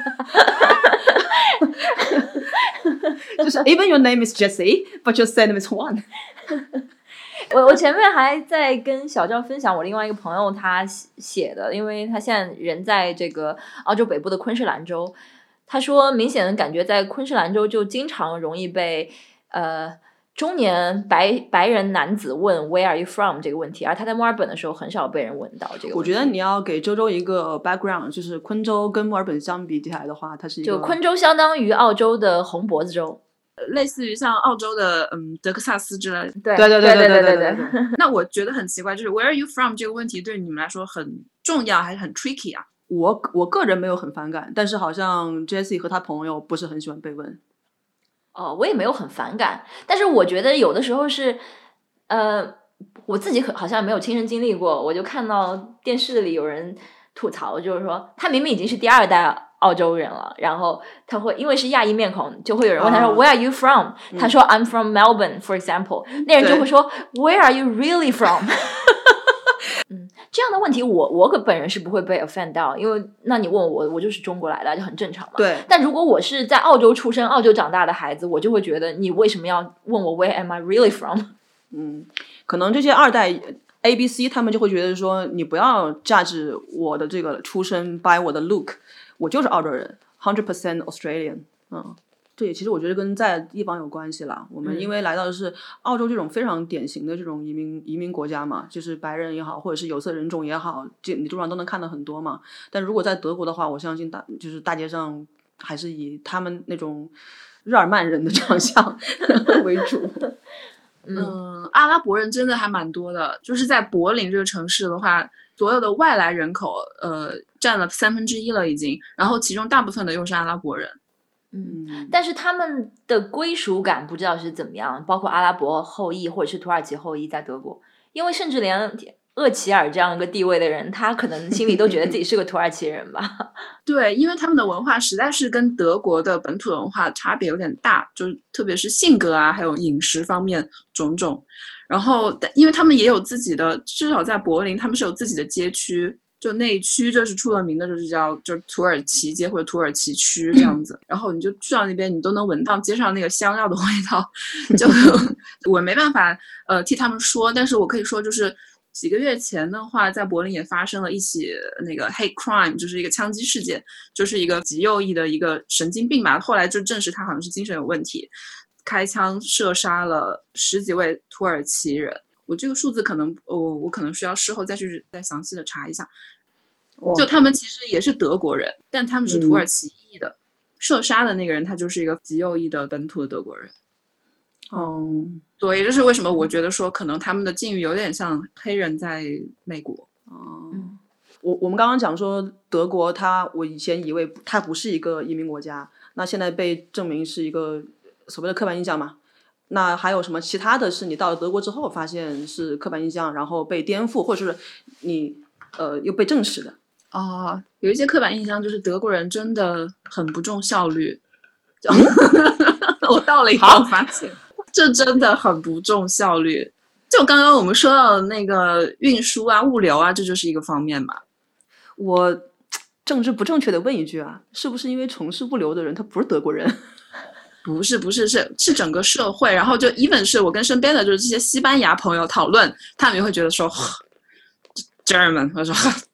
就是 even your name is Jessie but your surname is Wan。 我我前面还在跟小赵分享我另外一个朋友他写的，因为他现在人在这个澳洲北部的昆士兰州，他说明显的感觉在昆士兰州就经常容易被呃中年白白人男子问 Where are you from 这个问题，而他在墨尔本的时候很少被人问到这个问题。 我觉得你要给周周一个 background， 就是昆州跟墨尔本相比起来的话，它是一个就昆州相当于澳洲的红脖子州， 类似于像澳洲的嗯德克萨斯之类的。 对对对对对对对对。 那我觉得很奇怪，就是 Where are you from 这个问题对你们来说很重要还是很 tricky 啊？ 我我个人没有很反感，但是好像 Jessie 和他朋友不是很喜欢被问。 哦，我也没有很反感，但是我觉得有的时候是，呃，我自己可好像没有亲身经历过，我就看到电视里有人吐槽，就是说他明明已经是第二代澳洲人了，然后他会因为是亚裔面孔，就会有人问他说、oh. Where are you from？、嗯、他说 I'm from Melbourne for example， 那人就会说 Where are you really from？ 嗯，这样的问题我我可本人是不会被 offend 到，因为那你问我我就是中国来的就很正常嘛。 对。 但如果我是在澳洲出生澳洲长大的孩子，我就会觉得你为什么要问我 Where am I really from？ 嗯，可能这些二代 A B C 他们就会觉得说你不要价值我的这个出身 by 我的 look， 我就是澳洲人 one hundred percent Australian。 嗯，这也其实我觉得跟在地方有关系啦。我们因为来到的是澳洲这种非常典型的这种移民移民国家嘛，就是白人也好或者是有色人种也好，你路上都能看到很多嘛。但如果在德国的话，我相信大就是大街上还是以他们那种日耳曼人的长相为主。 嗯，阿拉伯人真的还蛮多的，就是在柏林这个城市的话，所有的外来人口呃占了三分之一了已经，然后其中大部分的又是阿拉伯人。 嗯，但是他们的归属感不知道是怎么样，包括阿拉伯后裔或者是土耳其后裔在德国，因为甚至连厄齐尔这样一个地位的人，他可能心里都觉得自己是个土耳其人吧。 对，因为他们的文化实在是跟德国的本土文化差别有点大，就是特别是性格啊还有饮食方面种种。然后因为他们也有自己的，至少在柏林他们是有自己的街区，就那一区就是出了名的就是叫就是土耳其街或者土耳其区这样子。然后你就去到那边你都能闻到街上那个香料的味道，就我没办法呃替他们说，但是我可以说就是几个月前的话，在柏林也发生了一起那个 hate crime， 就是一个枪击事件，就是一个极右翼的一个神经病吧，后来就证实他好像是精神有问题，开枪射杀了十几位土耳其人。我这个数字可能，我、哦、我可能需要事后再去再详细的查一下。就他们其实也是德国人，但他们是土耳其裔的。嗯、射杀的那个人他就是一个极右翼的本土的德国人。 嗯， 对，也就是为什么我觉得说可能他们的境遇有点像黑人在美国。 嗯，我我们刚刚讲说德国它，我以前以为它不是一个移民国家，那现在被证明是一个所谓的刻板印象嘛。那还有什么其他的是你到了德国之后发现是刻板印象，然后被颠覆，或者是你呃又被证实的？ 哦，有一些刻板印象就是德国人真的很不重效率。我到了以后发现这真的很不重效率。就刚刚我们说到的那个运输啊、物流啊，这就是一个方面吧。 我政治不正确的问一句啊，是不是因为从事物流的人他不是德国人？ 不是不是是是整个社会，然后就 even 是我跟身边的就是这些西班牙朋友讨论，他们也会觉得说 German， 我说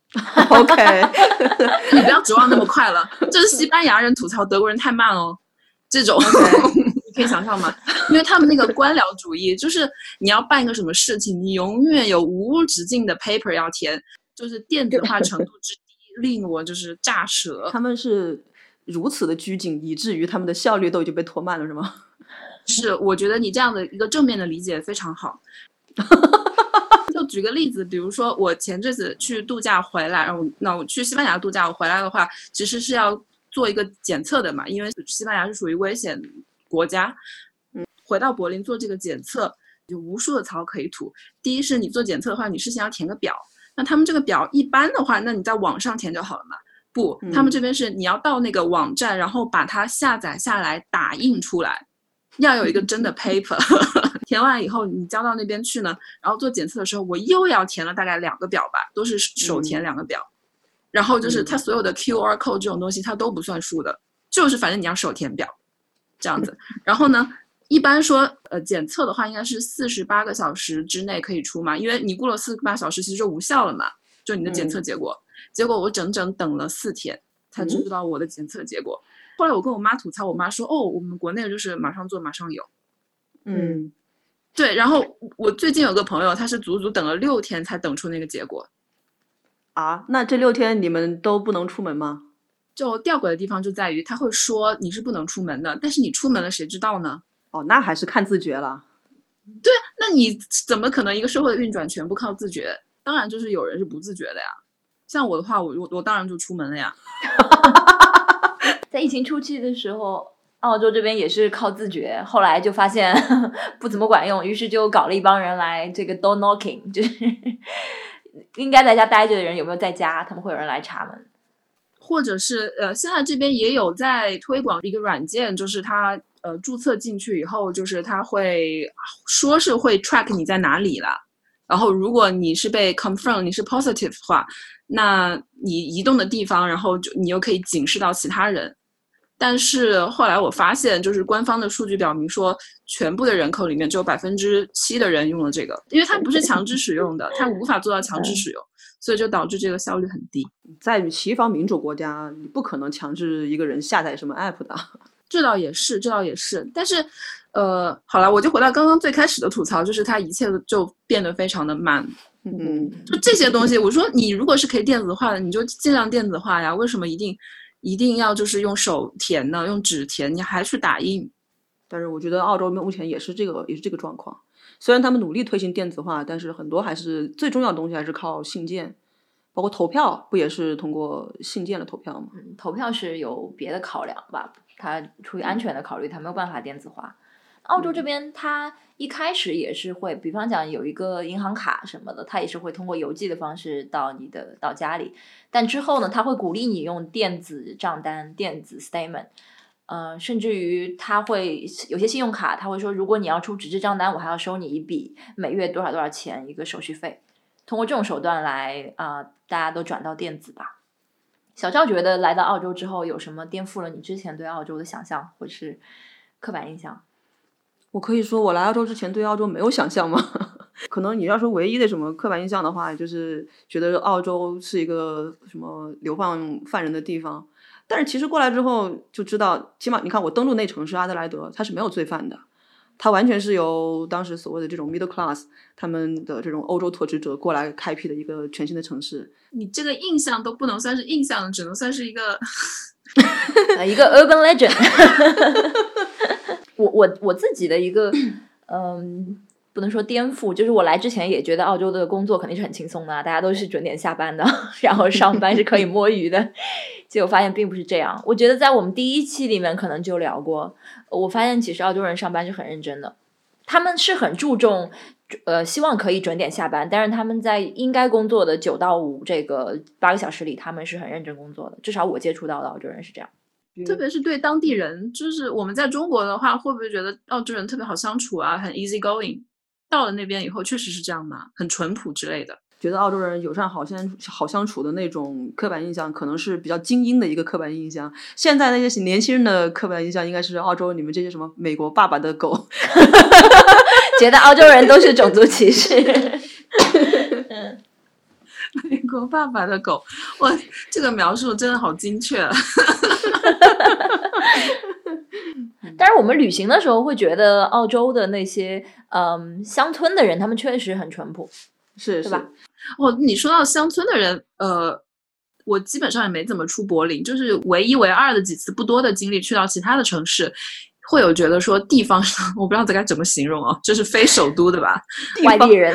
OK 你不要指望那么快了，就是西班牙人吐槽德国人太慢哦，这种、okay. 你可以想象吗？因为他们那个官僚主义，就是你要办一个什么事情，你永远有无止境的 paper 要填，就是电子化程度之低令我就是炸舌。 他们是如此的拘谨，以至于他们的效率都已经被拖慢了，是吗？ 是，我觉得你这样的一个正面的理解非常好。就举个例子，比如说我前阵子去度假回来，然后那我去西班牙度假，我回来的话其实是要做一个检测的嘛，因为西班牙是属于危险国家。嗯，回到柏林做这个检测，有无数的槽可以吐。第一是你做检测的话，你事先要填个表，那他们这个表一般的话，那你在网上填就好了嘛。不，他们这边是你要到那个网站，然后把它下载下来打印出来，要有一个真的 paper 填完以后你交到那边去呢，然后做检测的时候我又要填了大概两个表吧，都是手填两个表、嗯、然后就是它所有的 Q R code 这种东西它都不算数的，就是反正你要手填表这样子。然后呢一般说呃检测的话应该是四十八个小时之内可以出嘛，因为你过了四十八小时其实就无效了嘛，就你的检测结果、嗯、结果我整整等了四天才知道我的检测结果、嗯、后来我跟我妈吐槽，我妈说哦我们国内就是马上做马上有。 嗯， 对，然后我最近有个朋友他是足足等了六天才等出那个结果。 啊，那这六天你们都不能出门吗？ 就吊诡的地方就在于他会说你是不能出门的，但是你出门了谁知道呢？ 哦，那还是看自觉了。 对，那你怎么可能一个社会的运转全部靠自觉？当然就是有人是不自觉的呀，像我的话我我当然就出门了呀。 在疫情初期的时候澳洲这边也是靠自觉，后来就发现不怎么管用，于是就搞了一帮人来这个 door knocking， 就是应该在家待着的人有没有在家，他们会有人来查门。 或者是呃，现在这边也有在推广一个软件，就是它呃注册进去以后，就是它会说是会 track 你在哪里了，然后如果你是被 confirm 你是 positive 的话，那你移动的地方，然后就你又可以警示到其他人。但是后来我发现，就是官方的数据表明说，全部的人口里面只有百分之七的人用了这个，因为它不是强制使用的，它无法做到强制使用，所以就导致这个效率很低。 在于西方民主国家，你不可能强制一个人下载什么 app 的。 这倒也是，这倒也是。但是，呃，好了，我就回到刚刚最开始的吐槽，就是它一切就变得非常的慢。 嗯， 就这些东西，我说你如果是可以电子化的，你就尽量电子化呀，为什么一定？一定要就是用手填呢，用纸填，你还去打印。 但是我觉得澳洲目前也是这个也是这个状况，虽然他们努力推行电子化，但是很多还是最重要的东西还是靠信件，包括投票不也是通过信件的投票吗？ 嗯，投票是有别的考量吧，它出于安全的考虑，它没有办法电子化。澳洲这边它一开始也是会，比方讲有一个银行卡什么的，它也是会通过邮寄的方式到你的到家里，但之后呢，它会鼓励你用电子账单、电子 statement， 呃，甚至于它会有些信用卡，它会说，如果你要出纸质账单，我还要收你一笔每月多少多少钱一个手续费，通过这种手段来啊、呃，大家都转到电子吧。小赵觉得来到澳洲之后有什么颠覆了你之前对澳洲的想象或是刻板印象？ 我可以说我来澳洲之前对澳洲没有想象吗？ 可能你要说唯一的什么刻板印象的话，就是觉得澳洲是一个什么流放犯人的地方。但是其实过来之后就知道，起码你看我登陆那城市阿德莱德，它是没有罪犯的，它完全是由当时所谓的这种 middle class 他们的这种欧洲拓殖者过来开辟的一个全新的城市。 你这个印象都不能算是印象，只能算是一个一个 urban legend 我我我自己的一个嗯，不能说颠覆，就是我来之前也觉得澳洲的工作肯定是很轻松的、啊、大家都是准点下班的，然后上班是可以摸鱼的结果发现并不是这样。我觉得在我们第一期里面可能就聊过，我发现其实澳洲人上班是很认真的，他们是很注重呃，希望可以准点下班，但是他们在应该工作的九到五这个八个小时里，他们是很认真工作的，至少我接触到的澳洲人是这样。 特别是对当地人，就是我们在中国的话，会不会觉得澳洲人特别好相处啊，很 easy going？ 到了那边以后，确实是这样吗？很淳朴之类的。 觉得澳洲人友善好相好相处的那种刻板印象，可能是比较精英的一个刻板印象。现在那些年轻人的刻板印象，应该是澳洲你们这些什么美国爸爸的狗， 觉得澳洲人都是种族歧视。 美国爸爸的狗，哇，这个描述真的好精确。 但是我们旅行的时候会觉得澳洲的那些嗯乡村的人，他们确实很淳朴， 是对吧？ 哦，你说到乡村的人，呃，我基本上也没怎么出柏林，就是唯一唯二的几次不多的经历去到其他的城市，会有觉得说地方上，我不知道该怎么形容哦，就是非首都的吧， 外地人。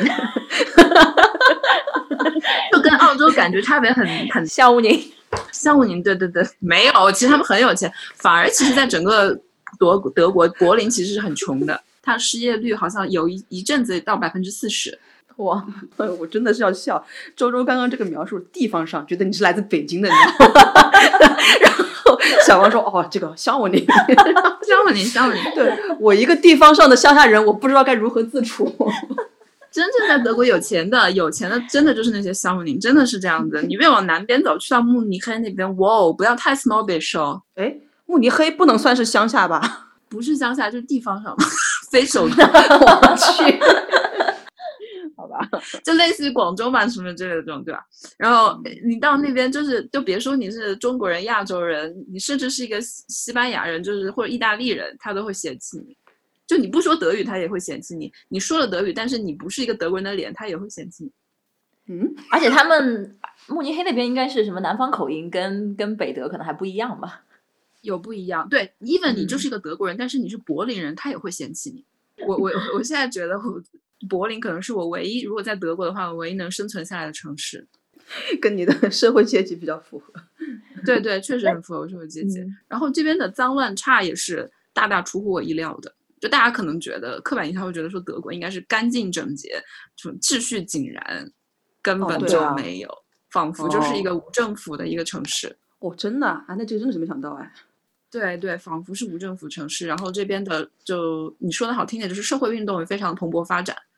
就跟澳洲感觉差别很很夏乌宁， 夏乌宁，对对对，没有，其实他们很有钱，反而其实在整个德德国柏林其实是很穷的，它失业率好像有一一阵子到百分之四十。 哇， 我真的是要笑。周周刚刚这个描述，地方上觉得你是来自北京的，你知道吗？然后小王说：“哦，这个夏乌宁， 夏乌宁，夏乌宁。” 对，我一个地方上的乡下人，我不知道该如何自处。 真正在德国有钱的，有钱的真的就是那些夏慕宁，真的是这样子。你越往南边走，去到慕尼黑那边，哇哦，不要太 snobbish 哦。 哎，慕尼黑不能算是乡下吧？ 不是乡下，就是地方上，非首都。 我去，好吧， 就类似于广州吧，什么之类的这种，对吧？然后你到那边，就是就别说你是中国人、亚洲人，你甚至是一个西班牙人，就是或者意大利人，他都会嫌弃你。就你不说德语他也会嫌弃你，你说了德语但是你不是一个德国人的脸他也会嫌弃你。 嗯， 而且他们慕尼黑那边应该是什么南方口音跟跟北德可能还不一样吧， 有不一样。对 even 你就是一个德国人、嗯、但是你是柏林人他也会嫌弃你。我我我现在觉得我柏林可能是我唯一，如果在德国的话我唯一能生存下来的城市， 跟你的社会阶级比较符合。 对对，确实很符合社会阶级、嗯、然后这边的脏乱差也是大大出乎我意料的。就大家可能觉得刻板印象会觉得说德国应该是干净整洁，这种秩序井然，根本就没有、哦啊、仿佛就是一个无政府的一个城市。 哦，真的啊？那这个真的是没想到哎。 对对，仿佛是无政府城市。然后这边的就你说的好听点，就是社会运动也非常蓬勃发展。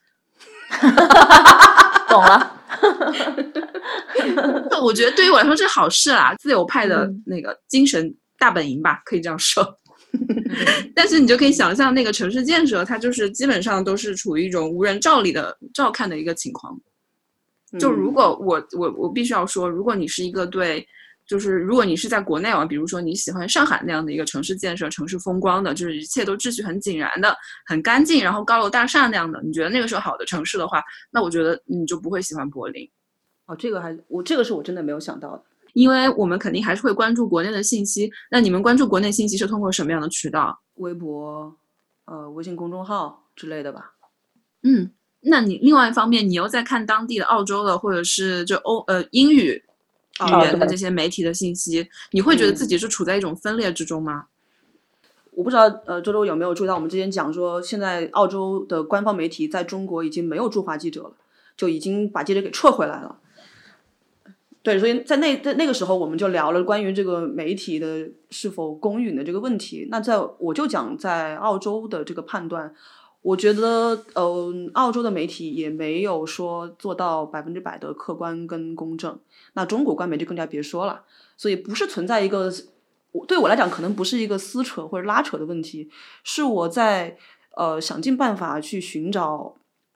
懂了。 我觉得对于我来说这是好事啦，自由派的那个精神大本营吧，可以这样说。但是你就可以想象那个城市建设它就是基本上都是处于一种无人照理的照看的一个情况。就如果我我我必须要说，如果你是一个对就是如果你是在国内啊，比如说你喜欢上海那样的一个城市建设，城市风光的，就是一切都秩序很井然的，很干净，然后高楼大厦那样的，你觉得那个是好的城市的话，那我觉得你就不会喜欢柏林。 哦，这个还我这个是我真的没有想到的。 因为我们肯定还是会关注国内的信息，那你们关注国内信息是通过什么样的渠道？ 微博、呃，微信公众号之类的吧。 嗯，那你另外一方面，你又在看当地的澳洲的或者是就欧呃英语语言的这些媒体的信息，哦、你会觉得自己是处在一种分裂之中吗？ 嗯、我不知道，呃，周周有没有注意到，我们之前讲说，现在澳洲的官方媒体在中国已经没有驻华记者了，就已经把记者给撤回来了。对，所以在那在那个时候，我们就聊了关于这个媒体的是否公允的这个问题。那在我就讲在澳洲的这个判断，我觉得，呃，澳洲的媒体也没有说做到百分之百的客观跟公正。那中国官媒就更加别说了。所以不是存在一个，对我来讲可能不是一个撕扯或者拉扯的问题，是我在呃想尽办法去寻找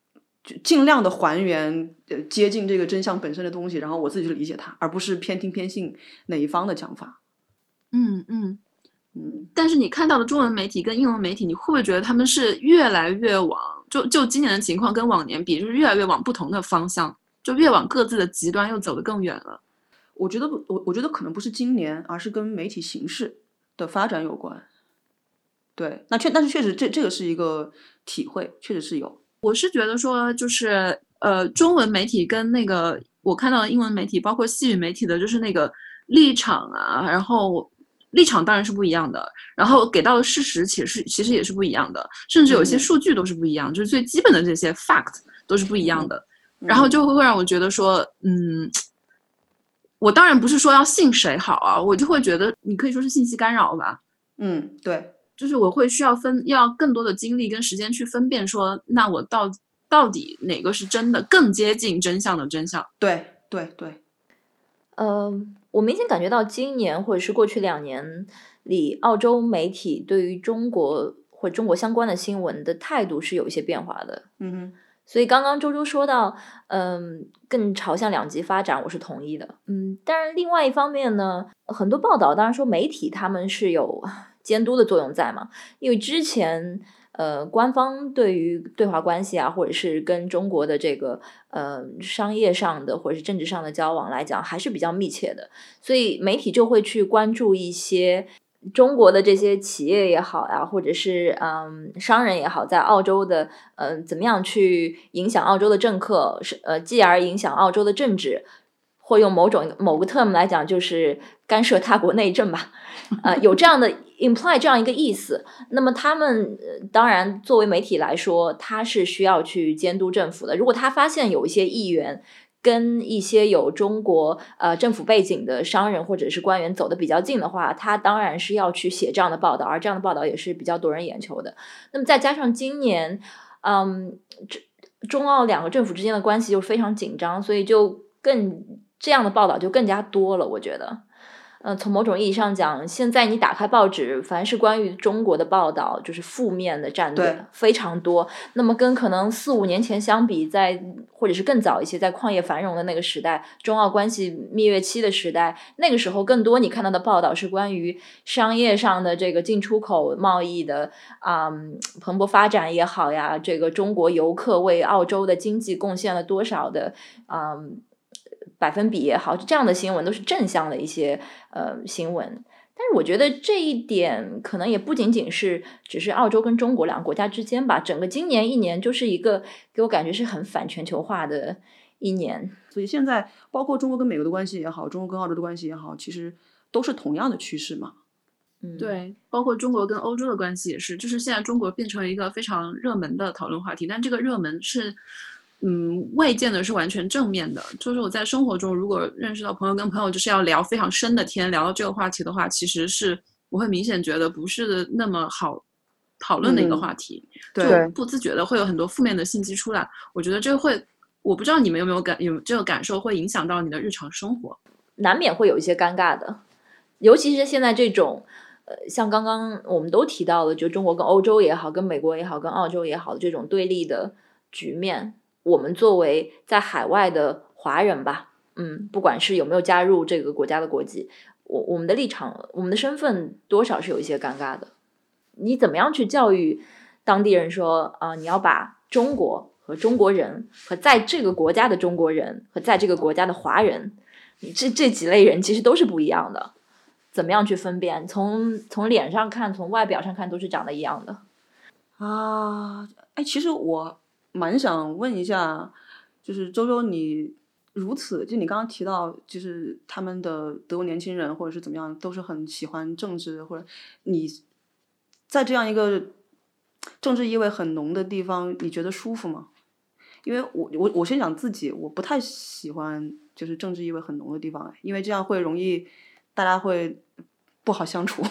就尽量的还原呃接近这个真相本身的东西，然后我自己去理解它，而不是偏听偏信哪一方的讲法。 嗯嗯嗯， 但是你看到的中文媒体跟英文媒体，你会不会觉得他们是越来越往就就今年的情况跟往年比，就是越来越往不同的方向，就越往各自的极端又走得更远了？ 我觉得不，我我觉得可能不是今年，而是跟媒体形势的发展有关。对，那确但是确实这这个是一个体会，确实是有。 我是觉得说，就是呃，中文媒体跟那个我看到的英文媒体，包括西语媒体的，就是那个立场啊，然后立场当然是不一样的，然后给到的事实其实其实也是不一样的，甚至有些数据都是不一样，嗯、就是最基本的这些 fact 都是不一样的，嗯、然后就会让我觉得说，嗯，我当然不是说要信谁好啊，我就会觉得你可以说是信息干扰吧。 嗯，对。 就是我会需要分要更多的精力跟时间去分辨说，那我到到底哪个是真的更接近真相的真相。 对对对。 呃，我明显感觉到今年或者是过去两年里，澳洲媒体对于中国或中国相关的新闻的态度是有一些变化的。 嗯哼。 所以刚刚周周说到，嗯，更朝向两极发展，我是同意的。嗯，但是另外一方面呢，很多报道当然说媒体他们是有监督的作用在嘛，因为之前呃官方对于对华关系啊，或者是跟中国的这个呃商业上的或者是政治上的交往来讲，还是比较密切的，所以媒体就会去关注一些中国的这些企业也好呀、啊，或者是嗯商人也好，在澳洲的嗯、呃、怎么样去影响澳洲的政客，是呃继而影响澳洲的政治，或用某种某个 term 来讲就是干涉他国内政吧，呃有这样的 imply 这样一个意思。那么他们、呃、当然作为媒体来说，他是需要去监督政府的。如果他发现有一些议员跟一些有中国呃政府背景的商人或者是官员走得比较近的话，他当然是要去写这样的报道，而这样的报道也是比较夺人眼球的。那么再加上今年嗯中澳两个政府之间的关系就非常紧张，所以就更这样的报道就更加多了，我觉得。呃，从某种意义上讲，现在你打开报纸，凡是关于中国的报道，就是负面的占的非常多。那么跟可能四五年前相比，在或者是更早一些，在矿业繁荣的那个时代，中澳关系蜜月期的时代，那个时候更多你看到的报道是关于商业上的这个进出口贸易的啊、嗯、蓬勃发展也好呀，这个中国游客为澳洲的经济贡献了多少的啊。嗯百分比也好，这样的新闻都是正向的一些呃新闻。但是我觉得这一点可能也不仅仅是只是澳洲跟中国两个国家之间吧，整个今年一年就是一个给我感觉是很反全球化的一年。 所以现在包括中国跟美国的关系也好，中国跟澳洲的关系也好，其实都是同样的趋势嘛。 嗯，对，包括中国跟欧洲的关系也是，就是现在中国变成了一个非常热门的讨论话题，但这个热门是嗯，外见的是完全正面的，就是我在生活中如果认识到朋友跟朋友就是要聊非常深的天，聊到这个话题的话，其实是我会明显觉得不是那么好讨论的一个话题，嗯、 对， 就不自觉的会有很多负面的信息出来。我觉得这个会，我不知道你们有没有感有这个感受，会影响到你的日常生活， 难免会有一些尴尬的，尤其是现在这种。呃，像刚刚我们都提到了，就中国跟欧洲也好，跟美国也好，跟澳洲也好的这种对立的局面。我们作为在海外的华人吧，嗯，不管是有没有加入这个国家的国籍，我我们的立场，我们的身份多少是有一些尴尬的。你怎么样去教育当地人说啊、呃，你要把中国和中国人和在这个国家的中国人和在这个国家的华人，你这这几类人其实都是不一样的。怎么样去分辨？从从脸上看，从外表上看，都是长得一样的啊。哎，其实我蛮想问一下，就是周周，你如此就你刚刚提到，就是他们的德国年轻人或者是怎么样，都是很喜欢政治，或者你在这样一个政治意味很浓的地方，你觉得舒服吗？因为我我我先讲自己，我不太喜欢就是政治意味很浓的地方，因为这样会容易。大家会不好相处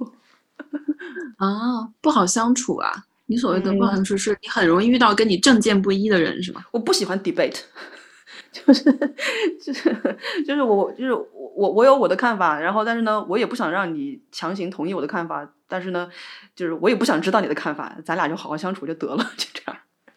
啊，不好相处啊！你所谓的不好相处，是你很容易遇到跟你政见不一的人，是吗？ 我不喜欢 debate， 就是就是就是我就是我我有我的看法，然后但是呢，我也不想让你强行同意我的看法，但是呢，就是我也不想知道你的看法，咱俩就好好相处就得了，就这样。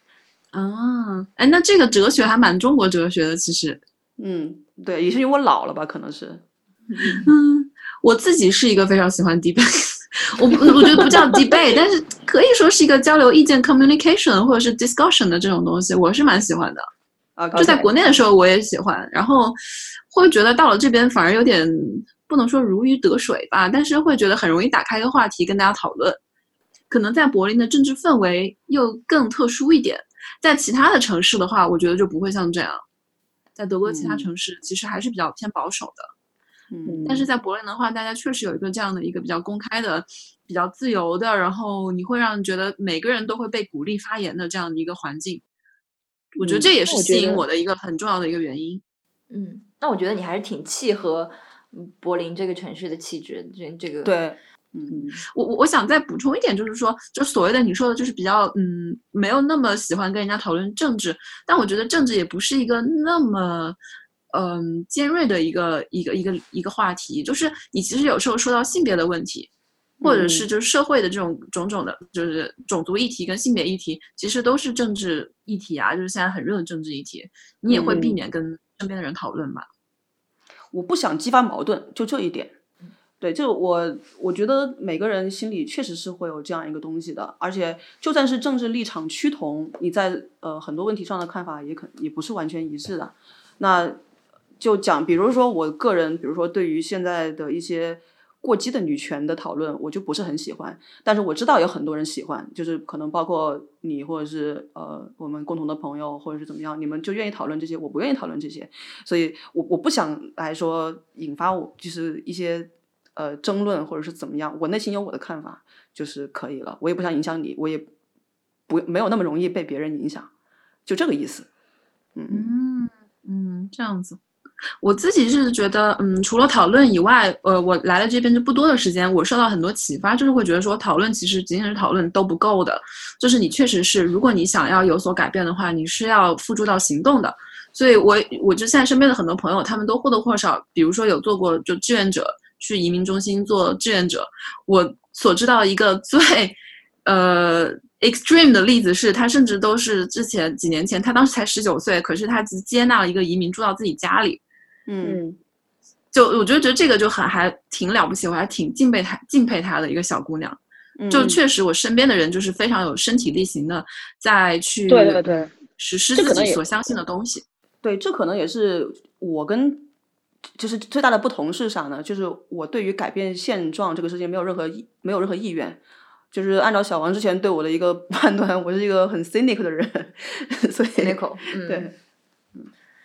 啊，哎，那这个哲学还蛮中国哲学的，其实。 嗯，对，也是因为我老了吧，可能是。 嗯，我自己是一个非常喜欢 debate， 我我觉得不叫 debate， 但是可以说是一个交流意见 communication 或者是 discussion 的这种东西，我是蛮喜欢的。 啊， 就在国内的时候我也喜欢，然后会觉得到了这边反而有点不能说如鱼得水吧，但是会觉得很容易打开一个话题跟大家讨论。可能在柏林的政治氛围又更特殊一点，在其他的城市的话，我觉得就不会像这样。在德国其他城市其实还是比较偏保守的， 嗯， 但是在柏林的话，大家确实有一个这样的一个比较公开的、比较自由的，然后你会让人觉得每个人都会被鼓励发言的这样的一个环境。我觉得这也是吸引我的一个很重要的一个原因。 嗯，那我觉得你还是挺契合柏林这个城市的气质，这这个对。 嗯，我我想再补充一点，就是说，就所谓的你说的，就是比较嗯，没有那么喜欢跟人家讨论政治，但我觉得政治也不是一个那么嗯尖锐的一个一个一个一个话题，就是你其实有时候说到性别的问题，或者是就是社会的这种种种的，就是种族议题跟性别议题，其实都是政治议题啊，就是现在很热的政治议题，你也会避免跟身边的人讨论吧。 我不想激发矛盾，就这一点。对，这我我觉得每个人心里确实是会有这样一个东西的，而且就算是政治立场趋同，你在呃很多问题上的看法也可也不是完全一致的。那就讲，比如说我个人，比如说对于现在的一些过激的女权的讨论，我就不是很喜欢，但是我知道有很多人喜欢，就是可能包括你或者是呃我们共同的朋友或者是怎么样，你们就愿意讨论这些，我不愿意讨论这些，所以我我不想来说引发我就是一些。呃，争论或者是怎么样，我内心有我的看法就是可以了，我也不想影响你，我也不没有那么容易被别人影响，就这个意思。 嗯嗯嗯，这样子。我自己是觉得，嗯，除了讨论以外，呃，我来了这边就不多的时间，我受到很多启发，就是会觉得说，讨论其实仅仅是讨论都不够的，就是你确实是，如果你想要有所改变的话，你是要付诸到行动的。所以我我就现在身边的很多朋友，他们都或多或少，比如说有做过就志愿者。去移民中心做志愿者，我所知道一个最呃 extreme 的例子是，他甚至都是之前几年前，他当时才十九岁，可是他只接纳了一个移民住到自己家里， 嗯， 就我就觉得这个就很还挺了不起，我还挺敬佩他敬佩他的一个小姑娘，就确实我身边的人就是非常有身体力行的在去对对对实施自己所相信的东西。 对，这可能也是我跟。就是最大的不同是啥呢？就是我对于改变现状这个事情没有任何没有任何意愿，就是按照小王之前对我的一个判断，我是一个很 cynic 的人，所以 cynical， 嗯， 对， 嗯。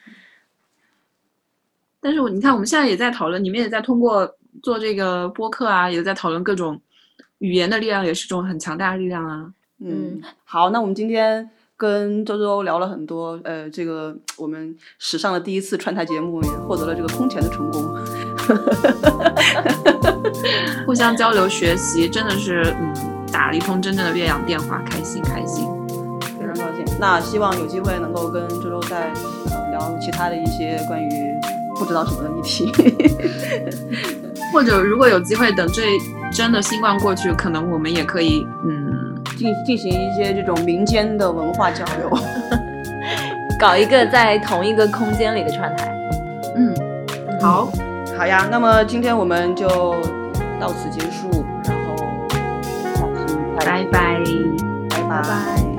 但是我你看，我们现在也在讨论，你们也在通过做这个播客啊，也在讨论各种语言的力量，也是种很强大的力量啊。 嗯，好，那我们今天。跟周周聊了很多，呃，这个我们史上的第一次串台节目也获得了这个空前的成功， 互相交流学习，真的是嗯，打了一通真正的岳阳电话，开心开心， 非常高兴。那希望有机会能够跟周周再、呃、聊其他的一些关于不知道什么的议题， 或者如果有机会，等这真的新冠过去，可能我们也可以嗯。 进进行一些这种民间的文化交流， 搞一个在同一个空间里的串台。 嗯，好， 好呀。那么今天我们就到此结束，然后下期拜拜， 拜拜。